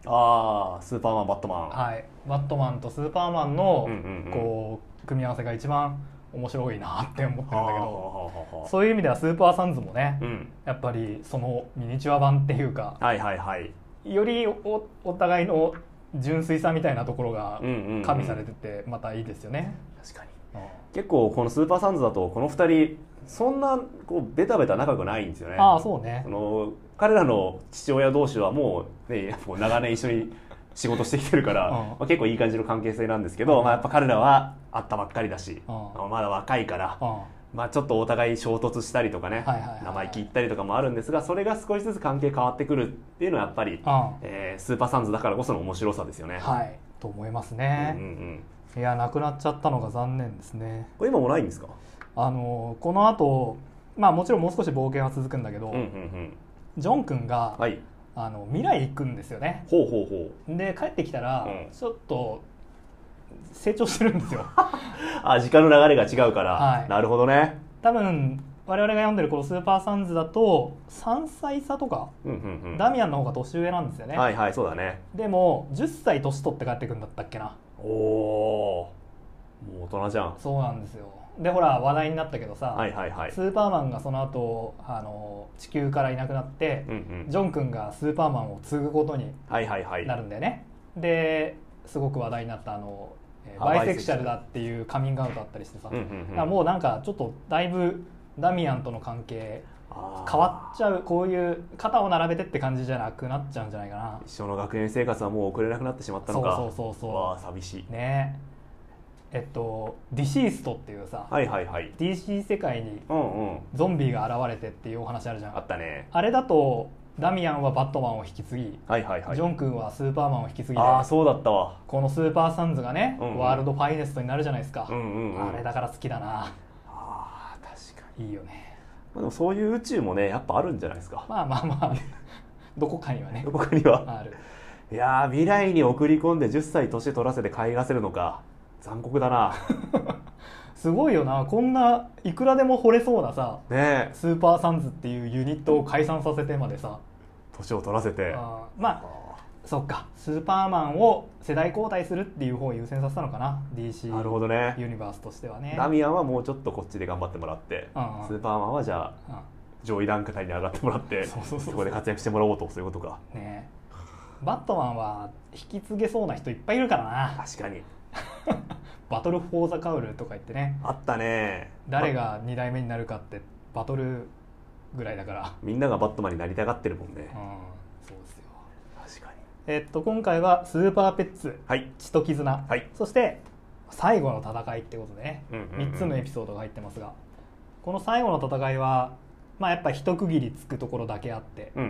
ああ、スーパーマンバットマン、 はい、バットマンとスーパーマンのこう組み合わせが一番面白いなって思ってるんだけど、そういう意味ではスーパーサンズもね、うん、やっぱりそのミニチュア版っていうか、 はいはいはい、 より お, お互いの純粋さみたいなところが加味されててまたいいですよね。 確かに、うん、結構このスーパーサンズだとこのふたりそんなこうベタベタ仲良くないんですよね。 ああ、そうね。 その彼らの父親同士はもう、ね、もう長年一緒に仕事してきてるから、うん、まあ、結構いい感じの関係性なんですけど、うん、まあ、やっぱ彼らは会ったばっかりだし、うん、まだ若いから、うん、まあ、ちょっとお互い衝突したりとかね、生意気言ったりとかもあるんですが、それが少しずつ関係変わってくるっていうのはやっぱり、うん、えー、スーパーサンズだからこその面白さですよね。 はい、と思いますね。うんうんうん、いや、なくなっちゃったのが残念ですね。 これ今もないんですか？ あのこの後、まあもちろんもう少し冒険は続くんだけど、うんうんうん、ジョン君が、はい、あの未来行くんですよね。 ほうほうほう。 で帰ってきたら、うん、ちょっと成長してるんですよ。 あ、時間の流れが違うから、はい、なるほどね。 多分我々が読んでるこのスーパーサンズだとさんさい差とか、うんうんうん、ダミアンの方が年上なんですよね。 はいはい、そうだね。 でもじゅっさい年取って帰ってくるんだったっけな。 おお、もう大人じゃん。 そうなんですよ。でほら話題になったけどさ、 はいはいはい、 スーパーマンがその後あの地球からいなくなって、うんうん、ジョン君がスーパーマンを継ぐことになるんだよね。はいはいはい、ですごく話題になったあのバイセクシャルだっていうカミングアウトあったりしてさ、うんうんうん、だからもうなんかちょっとだいぶダミアンとの関係変わっちゃう、こういう肩を並べてって感じじゃなくなっちゃうんじゃないかな。 一緒の学園生活はもう送れなくなってしまったのか。 そうそうそうそう。 わあ、寂しいね。えっとディシーストっていうさ、 はいはいはい、 ディーシー 世界にゾンビが現れてっていうお話あるじゃん、うんうん、 あったね。 あれだとダミアンはバットマンを引き継ぎ、 はいはいはい、 ジョン君はスーパーマンを引き継ぎで、 ああそうだったわ。 このスーパーサンズがね、うんうん、ワールドファイネストになるじゃないですか、うんうんうん、あれだから好きだな。 あ、確かにいいよね。 まあ、でもそういう宇宙もねやっぱあるんじゃないですか。 まあまあまあどこかにはね、 どこかにはある。 いやー、未来に送り込んでじゅっさい年取らせて帰らせるのか、残酷だな。 すごいよな、こんないくらでも惚れそうなさ、ね、スーパーサンズっていうユニットを解散させてまでさ年を取らせて、 あ、まあそっか、スーパーマンを世代交代するっていう方を優先させたのかな、 ディーシー ね、ユニバースとしてはね。 ダミアンはもうちょっとこっちで頑張ってもらって、うんうん、スーパーマンはじゃあ、うん、上位段階に上がってもらってそこで活躍してもらおうと、そういうことか、ね。 バットマンは引き継げそうな人いっぱいいるからな。 確かに。 バトル・フォー・ザ・カウルとか言ってね、 あったね。 誰がに代目になるかってバトルぐらいだから、 みんながバットマンになりたがってるもんね、うん、 そうですよ。 確かに。 えっと今回はスーパーペッツ、はい、血と絆、はい、そして最後の戦いってことでね、うんうんうん、みっつのエピソードが入ってますが、この最後の戦いはまあやっぱ一区切りつくところだけあって、うんうんうん、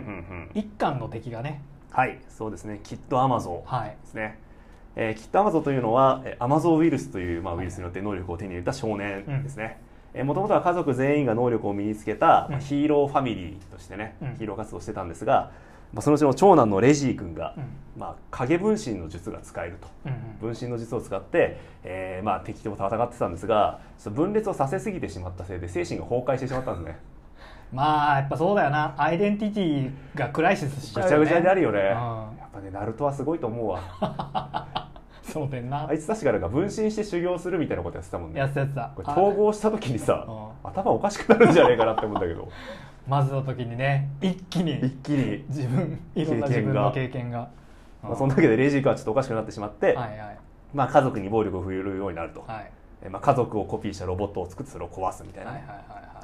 一巻の敵がね、 はい、そうですね、キッド・アマゾーですね、はい、えー、キッド・アマゾーというのはアマゾーウイルスという、まあ、ウイルスによって能力を手に入れた少年ですね。もともとは家族全員が能力を身につけた、まあ、ヒーローファミリーとしてね、うん、ヒーロー活動してたんですが、まあ、そのうちの長男のレジー君が、うん、まあ、影分身の術が使えると、うんうん、分身の術を使って、えーまあ、敵とも戦ってたんですが、分裂をさせすぎてしまったせいで精神が崩壊してしまったんですね。 まあやっぱそうだよな、アイデンティティがクライシスしちゃうよね。 ぐちゃぐちゃになるよね、うん、やっぱね、ナルトはすごいと思うわ。 そうだよな。 あいつ確かなんか分身して修行するみたいなことやってたもんね。 やってたやってた。 これ統合した時にさ、頭おかしくなるんじゃねえかなって思うんだけど。 まずの時にね、一気に一気に自分いろんな自分の経験が、 まあ、そのだけでレイジー君はちょっとおかしくなってしまって、はいはい、まあ、家族に暴力を振るうようになると、はい、えまあ、家族をコピーしたロボットを作ってそれを壊すみたいな、ね、はいはいはいはい、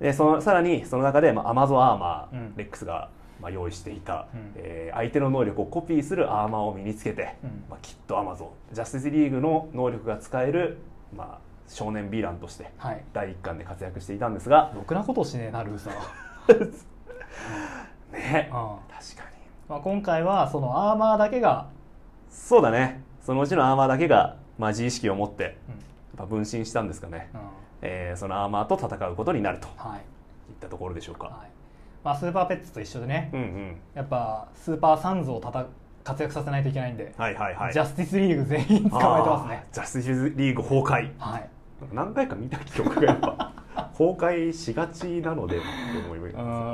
でそのさらにその中で、まあ、アマゾンアーマー、うん、レックスがまあ、用意していた、うん、えー、相手の能力をコピーするアーマーを身につけて、うん、まあ、きっとアマゾンジャスティスリーグの能力が使える、まあ、少年ヴィランとしてだいいっかんで活躍していたんですが、 ろくなことしねえなルーサーね、うん、確かに、 まあ、今回はそのアーマーだけが、 そうだね、そのうちのアーマーだけが、まあ、自意識を持って、うん、やっぱ分身したんですかね、うん、えー、そのアーマーと戦うことになると、はい、いったところでしょうか。はい、まあ、スーパーペッツと一緒でね、うんうん、やっぱスーパーサンズをたた活躍させないといけないんで、はいはいはい、ジャスティスリーグ全員捕まえてますね。 ジャスティスリーグ崩壊、はい、何回か見た記憶がやっぱ崩壊しがちなのでって思います。 うん、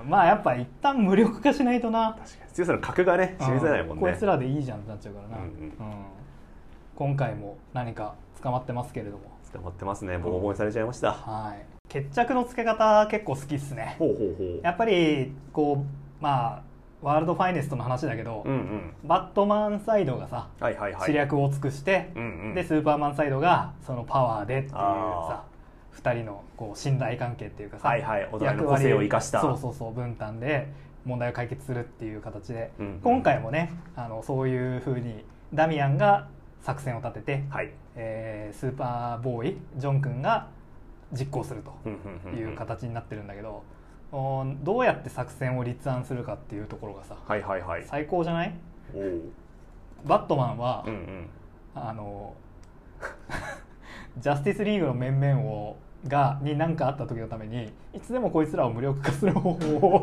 まあやっぱ一旦無力化しないとな。 確かに強さの格がね示せないもんね、 こいつらでいいじゃんってなっちゃうからな、うんうんうん、今回も何か捕まってますけれども。 捕まってますね。ボコボコにされちゃいました、 はい、決着のつけ方結構好きっすね。 ほうほうほう。 やっぱりこうまあワールドファイネストの話だけど、うんうん、バットマンサイドがさ、はいはいはい、知略を尽くして、うんうん、でスーパーマンサイドがそのパワーでっていうさふたりのこう信頼関係っていうかさ、 はいはい、お互いの個性を生かしたそうそうそう分担で問題を解決するっていう形で、うんうん、今回もねあのそういう風にダミアンが作戦を立てて、はい、えー、スーパーボーイジョン君が実行するという形になってるんだけど、どうやって作戦を立案するかっていうところがさ、はいはいはい、最高じゃない？おバットマンは、うんうん、あのジャスティスリーグの面々をがに何かあった時のためにいつでもこいつらを無力化する方法を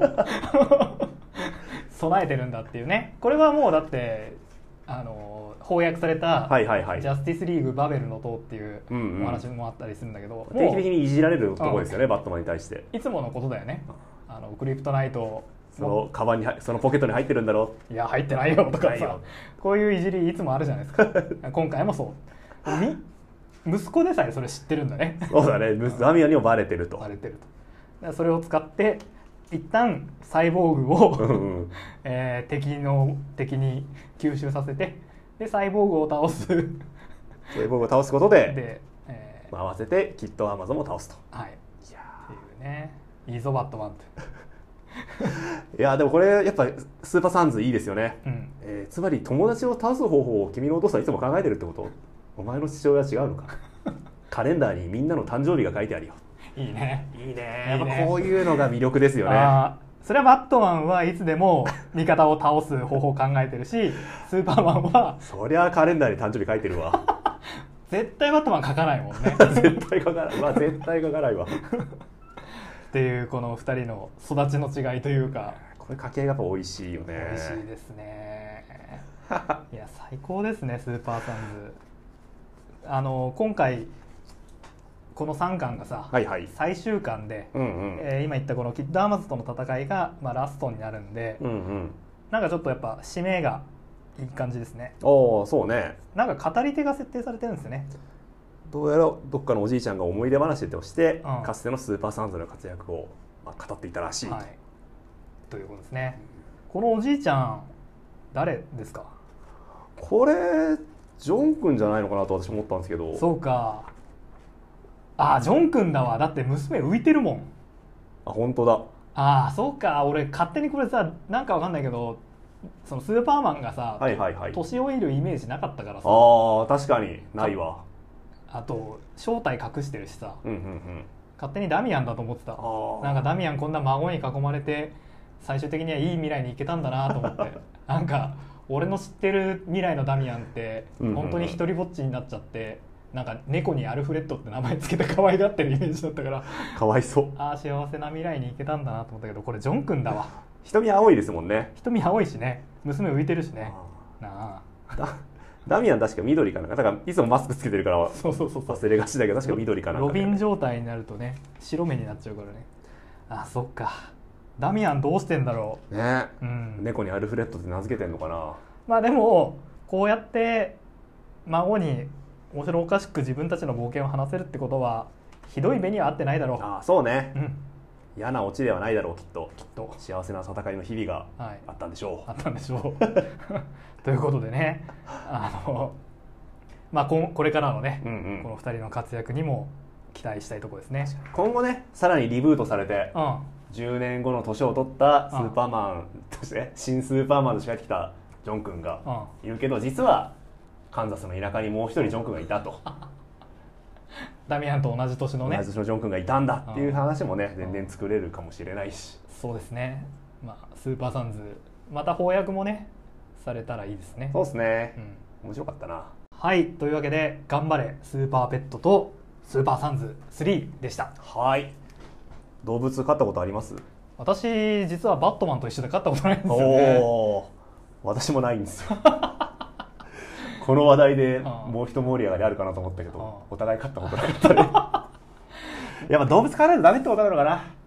備えてるんだっていうね。これはもうだってあの翻訳された、はいはいはい、ジャスティスリーグバベルの塔っていうお話もあったりするんだけど、 うんうん、定期的にいじられるところですよね、バットマンに対して。 いつものことだよね。あのクリプトナイトそのカバンにそのポケットに入ってるんだろう、 いや入ってないよとかさ、こういういじりいつもあるじゃないですか今回もそう息子でさえそれ知ってるんだね。 そうだね、ダミアンにもバレてると。 バレてると。それを使って一旦サイボーグを、うんうん、えー、敵の敵に吸収させて、でサイボーグを倒すサイボーグを倒すことで、で、えー、合わせてキッドアマゾンも倒すと。はい。いやっていうね、いいぞバットマンっていやでもこれやっぱスーパーサンズいいですよね、うん、えー、つまり友達を倒す方法を君のお父さんいつも考えてるってこと？お前の父親は違うのかカレンダーにみんなの誕生日が書いてあるよ。 いいねいいね。やっぱこういうのが魅力ですよね。 あ、それはバットマンはいつでも味方を倒す方法を考えてるしスーパーマンはそりゃカレンダーに誕生日書いてるわ絶対バットマン書かないもんね絶対書かない、まあ、絶対書かないわっていうこのふたりの育ちの違いというか、 これ家系がやっぱ美味しいよね。 美味しいですねいや最高ですねスーパーサンズ。あの今回このさんかんがさ、はいはい、最終巻で、うんうん、えー、今言ったこのキッドアマゾンとの戦いが、まあ、ラストになるんで、うんうん、なんかちょっとやっぱ締めがいい感じですね。 おー、そうね。 なんか語り手が設定されてるんですよね。 どうやらどっかのおじいちゃんが思い出話として、うん、かつてのスーパーサンズの活躍を、まあ、語っていたらしいと、はい、 ということですね。このおじいちゃん誰ですか？ これジョン君じゃないのかなと私思ったんですけど。 そうか、あ、ジョン君だわ。だって娘浮いてるもん。 あ、本当だ。 ああ、そうか。俺勝手にこれさ、なんかわかんないけどそのスーパーマンがさ、はいはいはい、年老いるイメージなかったからさ。 ああ、確かにないわ。 あと正体隠してるしさ、うんうんうん、勝手にダミアンだと思ってた。なんかダミアンこんな孫に囲まれて最終的にはいい未来に行けたんだなと思ってなんか俺の知ってる未来のダミアンって本当に一人ぼっちになっちゃって、なんか猫にアルフレッドって名前つけて可愛がってるイメージだったからかわいそう。 ああ幸せな未来に行けたんだなと思ったけど、これジョン君だわ。 瞳青いですもんね。 瞳青いしね、娘浮いてるしね。なあダミアン確か緑かな、だからいつもマスクつけてるから忘れがちだけど確か緑かな。 ロビン状態になるとね白目になっちゃうからね。あ、そっか。ダミアンどうしてんだろうね、うん、猫にアルフレッドって名付けてんのかな。 まあでもこうやって孫に面白おかしく自分たちの冒険を話せるってことはひどい目には合ってないだろう。 ああ、そうね、うん、嫌なオチではないだろう。きっときっと幸せな戦いの日々があったんでしょう、 はい、あったんでしょうということでね、あの、まあ、こ, これからのね、うんうん、このふたりの活躍にも期待したいところですね。 今後ねさらにリブートされて、うん、じゅうねんごの年を取ったスーパーマンとして、うん、新スーパーマンとして帰ってきたジョン君がいるけど、うん、実はカンザスの田舎にもう一人ジョン君がいたとダミアンと同じ年のね同じ年のジョン君がいたんだっていう話もね、うん、全然作れるかもしれないし。 そうですね、まあ、スーパーサンズまた翻訳もねされたらいいですね。 そうですね、うん、面白かったな。 はい、というわけで頑張れスーパーペットとスーパーサンズスリーでした。 はい。動物飼ったことあります？ 私実はバットマンと一緒で飼ったことないんですよね。お私もないんですよこの話題でもう一盛り上がりあるかなと思ったけど、お互い飼ったことなかったねやっぱ動物飼わないとダメってことなのかな。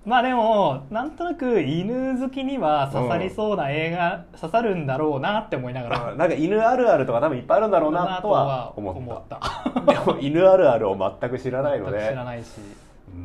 まあでもなんとなく犬好きには刺さりそうな映画、うん、刺さるんだろうなって思いながら、 うん、なんか犬あるあるとか多分いっぱいあるんだろうなとは思ったでも犬あるあるを全く知らないので、 全く知らないし、うん、うん、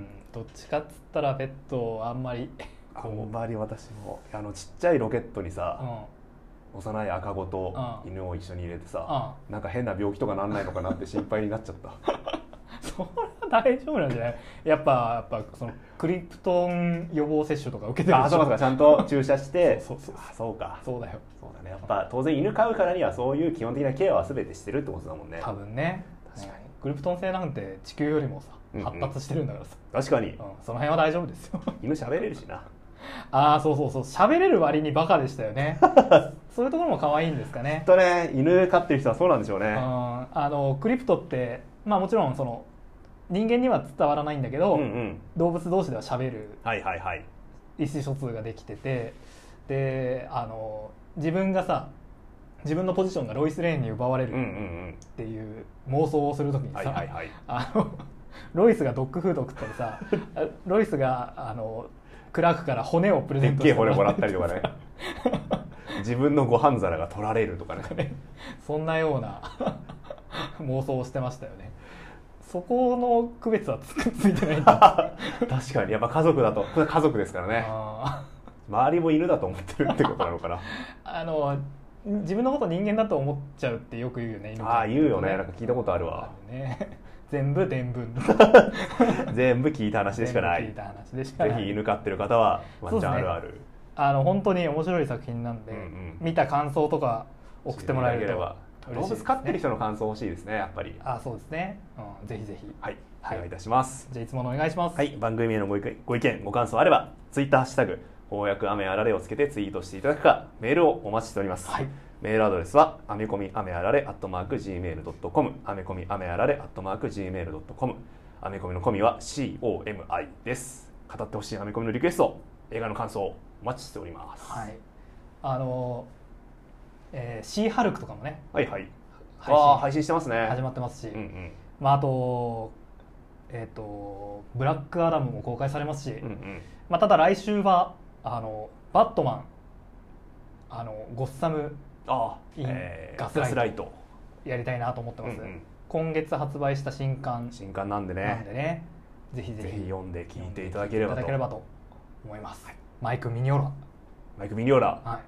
どっちかっつったらペットあんまりあんまり私もあのちっちゃいロケットにさ、うん、幼い赤子と犬を一緒に入れてさ、うん、なんか変な病気とかなんないのかなって心配になっちゃったそれは大丈夫なんじゃない？やっぱやっぱそのクリプトン予防接種とか受けてるでしょ。 あ、そうか、ちゃんと注射してそうそうそうあ、そうか、 そうだよ。 そうだね、やっぱ当然犬飼うからにはそういう基本的なケアは全てしてるってことだもんね。 多分ね。確かにクリプトン性なんて地球よりもさ、うんうん、発達してるんだからさ。 確かに、うん、 その辺は大丈夫ですよ犬喋れるしな。 ああ、そうそうそう、喋れる割にバカでしたよねそういうところも可愛いんですかね。 とね、犬飼ってる人はそうなんでしょうね。うん、 あのクリプトってまあもちろんその人間には伝わらないんだけど、うんうん、動物同士では喋る、はいはいはい、意思疎通ができてて、であの自分がさ自分のポジションがロイス・レーンに奪われるっていう妄想をするときにさ、はいはいはい、あのロイスがドッグフード食ったりさロイスがあのクラークから骨をプレゼントしてもらったりとかね自分のご飯皿が取られるとか ね, ねそんなような妄想をしてましたよね。そこの区別は つ, ついてないんだ確かにやっぱ家族だと、これ家族ですからね。あ、周りも犬だと思ってるってことなのかなあの自分のこと人間だと思っちゃうってよく言うよね。 犬ああ、言うよね。なんか聞いたことあるわ。 あるね、全部伝聞全部聞いた話でしかない。 聞いた話でしかない。 ぜひ犬飼ってる方はワンちゃんあるある、ね、 あの本当に面白い作品なんで、うんうん、見た感想とか送ってもらえると動物飼ってる人の感想欲しいですね、やっぱり。 あ、そうですね、うん、ぜひぜひ、 はい、お願いいたします。 じゃあいつものお願いします。 はい、番組へのご意見、ご意見ご感想あればツイッターハッシュタグ翻訳雨あられをつけてツイートしていただくか、メールをお待ちしております。はい、メールアドレスはアメコミアメあられアットマーク ジーメールドットコム、 アメコミアメあられアットマーク ジーメールドットコム、 アメコミのコミは シーオーエムアイ です。語ってほしいアメコミのリクエスト、映画の感想お待ちしております。 はい、あの、えー、シーハルクとかもね、 はいはい、配信、あ、配信してますね。 始まってますし、うんうん、まあ、あと、えーと、ブラックアダムも公開されますし、うんうん、まあ、ただ来週はあのバットマン、あのゴッサムイン、えー、ガスライト、ライトやりたいなと思ってます。うんうん、今月発売した新刊新刊なんでね、 なんでね、ぜひぜひ、 ぜひ読んで聞いていただければと思います。はい、マイク・ミニオラ、 マイク・ミニオラ、 はい、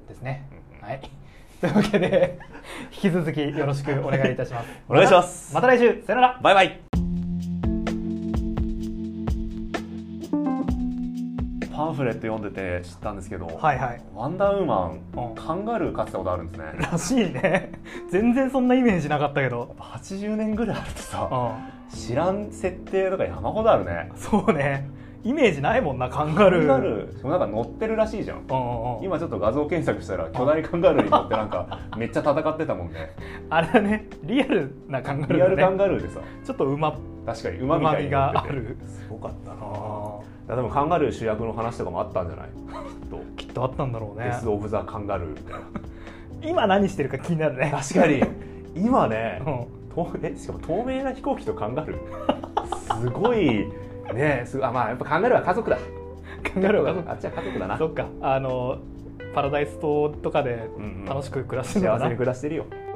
ですね。うんうん、はい。というわけで引き続きよろしくお願いいたします。 お願いします。 また来週、さよなら、 バイバイ。パンフレット読んでて知ったんですけど、はいはい、ワンダーウーマン、うん、カンガルー飼ってたことあるんですね。 らしいね。全然そんなイメージなかったけど、 はちじゅうねんぐらいあるとさ、うん、知らん設定とか山ほどあるね。 そうね、イメージないもんな、カンガルー。 カンガルー、しかもなんか乗ってるらしいじゃん。うんうんうん、今ちょっと画像検索したら巨大カンガルーに乗ってなんかめっちゃ戦ってたもんね。 あれだね、リアルなカンガルー、ね、 リアルカンガルーでさ、 ちょっと馬、 確かに馬みたいにがある。 すごかったな。多分カンガルー主役の話とかもあったんじゃない？ きっとあったんだろうね。 デス・オブ・ザ・カンガルーみたいな。 今何してるか気になるね。 確かに今ね、うん、えしかも透明な飛行機とカンガルー、すごいね。すあ、まあやっぱカンガルーは家族だ。 カンガルーは家族、 あっちは家族だな。 そっか、あのパラダイス島とかで楽しく暮らしてるのかな、 うんうん、幸せに暮らしてるよ。